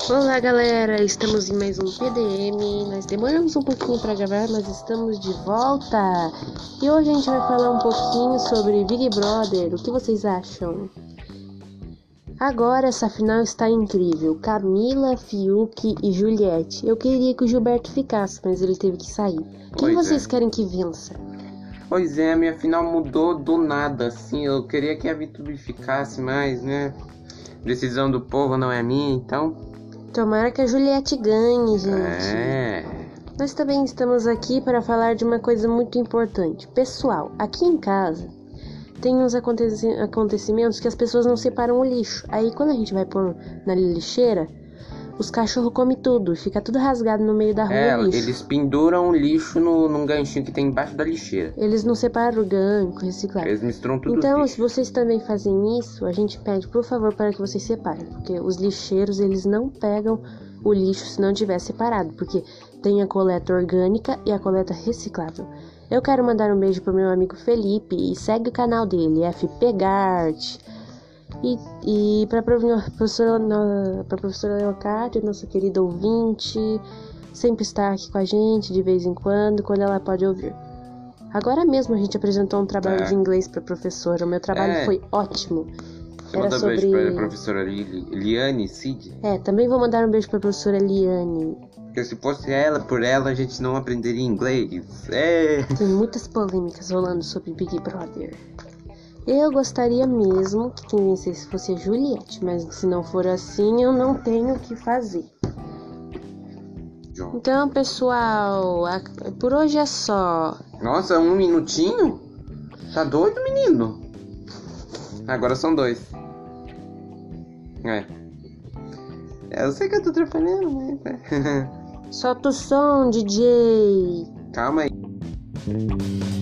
Olá galera, estamos em mais um PDM. Nós demoramos um pouquinho para gravar, mas estamos de volta. E hoje a gente vai falar um pouquinho sobre Big Brother. O que vocês acham? Agora essa final está incrível. Camila, Fiuk e Juliette. Eu queria que o Gilberto ficasse, mas ele teve que sair. Quem vocês querem que vença? Pois é, a minha final mudou do nada, assim. Eu queria que a VTube ficasse, mas, né? Decisão do povo não é minha, então. Tomara que a Juliette ganhe, gente. Nós também estamos aqui para falar de uma coisa muito importante. Pessoal, aqui em casa tem uns acontecimentos que as pessoas não separam o lixo. Aí quando a gente vai pôr na lixeira, os cachorros comem tudo, fica tudo rasgado no meio da rua. Lixo. Eles penduram o lixo num ganchinho que tem embaixo da lixeira. Eles não separam orgânico, reciclado. Eles misturam tudo. Então, se vocês também fazem isso, a gente pede, por favor, para que vocês separem. Porque os lixeiros, eles não pegam o lixo se não tiver separado. Porque tem a coleta orgânica e a coleta reciclável. Eu quero mandar um beijo pro meu amigo Felipe e segue o canal dele, FP Gart. E para a professora Leocádia, nossa querida ouvinte, sempre está aqui com a gente de vez em quando ela pode ouvir. Agora mesmo a gente apresentou um trabalho de inglês para a professora. O meu trabalho foi ótimo. Era sobre... beijo para a professora Liane Cid. Também vou mandar um beijo para a professora Liane. Porque se fosse por ela, a gente não aprenderia inglês. Tem muitas polêmicas rolando sobre Big Brother. Eu gostaria mesmo que quem vencesse fosse a Juliette, mas se não for assim, eu não tenho o que fazer. Então, pessoal, por hoje é só. Nossa, 1 minutinho? Tá doido, menino? Agora são 2. Eu sei que eu tô atrapalhando, mas... Solta o som, DJ. Calma aí.